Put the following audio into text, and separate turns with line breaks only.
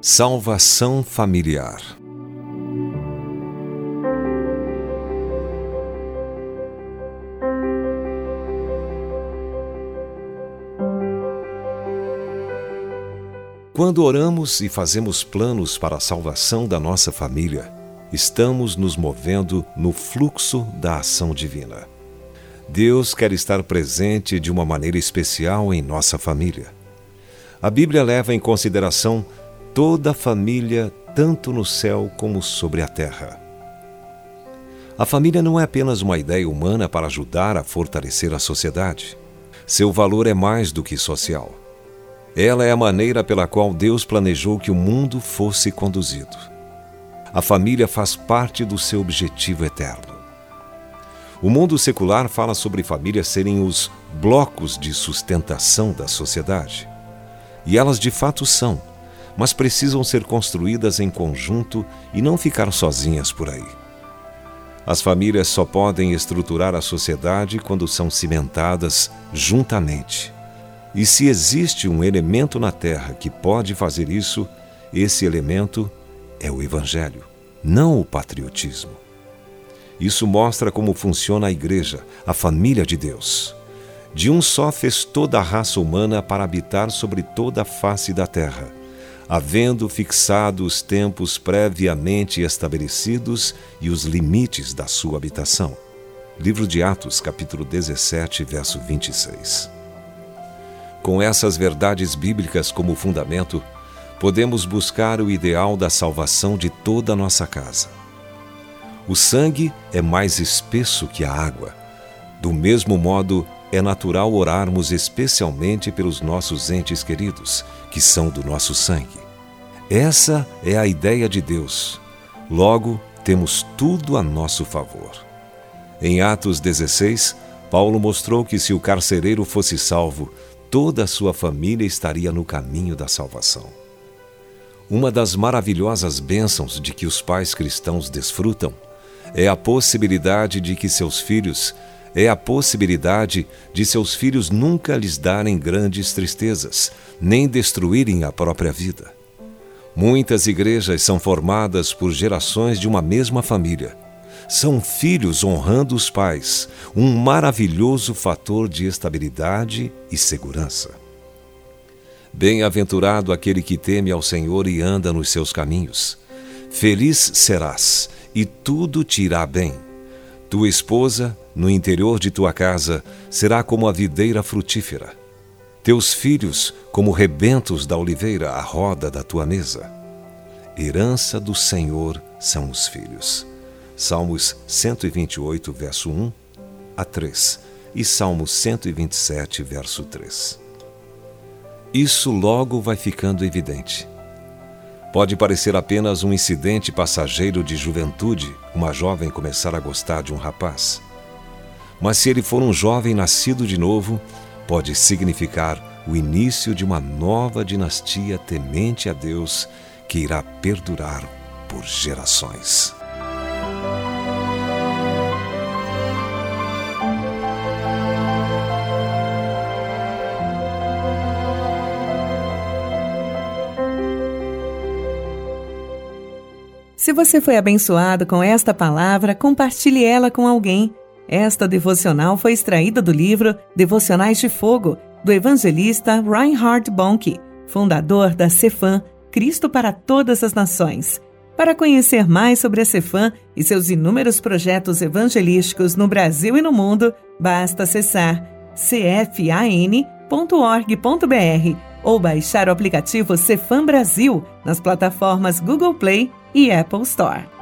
Salvação familiar. Quando oramos e fazemos planos para a salvação da nossa família, estamos nos movendo no fluxo da ação divina. Deus quer estar presente de uma maneira especial em nossa família. A Bíblia leva em consideração toda a família, tanto no céu como sobre a terra. A família não é apenas uma ideia humana para ajudar a fortalecer a sociedade. Seu valor é mais do que social. Ela é a maneira pela qual Deus planejou que o mundo fosse conduzido. A família faz parte do seu objetivo eterno. O mundo secular fala sobre famílias serem os blocos de sustentação da sociedade. E elas de fato são, mas precisam ser construídas em conjunto e não ficar sozinhas por aí. As famílias só podem estruturar a sociedade quando são cimentadas juntamente. E se existe um elemento na Terra que pode fazer isso, esse elemento é o Evangelho, não o patriotismo. Isso mostra como funciona a Igreja, a família de Deus. De um só fez toda a raça humana para habitar sobre toda a face da terra, havendo fixado os tempos previamente estabelecidos e os limites da sua habitação. Livro de Atos, capítulo 17, verso 26. Com essas verdades bíblicas como fundamento, podemos buscar o ideal da salvação de toda a nossa casa. O sangue é mais espesso que a água. Do mesmo modo, é natural orarmos especialmente pelos nossos entes queridos, que são do nosso sangue. Essa é a ideia de Deus. Logo, temos tudo a nosso favor. Em Atos 16, Paulo mostrou que se o carcereiro fosse salvo, toda a sua família estaria no caminho da salvação. Uma das maravilhosas bênçãos de que os pais cristãos desfrutam é a possibilidade de seus filhos nunca lhes darem grandes tristezas, nem destruírem a própria vida. Muitas igrejas são formadas por gerações de uma mesma família. São filhos honrando os pais, um maravilhoso fator de estabilidade e segurança. Bem-aventurado aquele que teme ao Senhor e anda nos seus caminhos. Feliz serás, e tudo te irá bem. Tua esposa, no interior de tua casa, será como a videira frutífera. Teus filhos, como rebentos da oliveira à roda da tua mesa. Herança do Senhor são os filhos. Salmos 128, verso 1 a 3 e Salmos 127, verso 3. Isso logo vai ficando evidente. Pode parecer apenas um incidente passageiro de juventude, uma jovem começar a gostar de um rapaz. Mas se ele for um jovem nascido de novo, pode significar o início de uma nova dinastia temente a Deus que irá perdurar por gerações.
Se você foi abençoado com esta palavra, compartilhe ela com alguém. Esta devocional foi extraída do livro Devocionais de Fogo, do evangelista Reinhard Bonnke, fundador da CFAM, Cristo para Todas as Nações. Para conhecer mais sobre a CFAM e seus inúmeros projetos evangelísticos no Brasil e no mundo, basta acessar cfan.org.br ou baixar o aplicativo CFAM Brasil nas plataformas Google Play e Apple Store.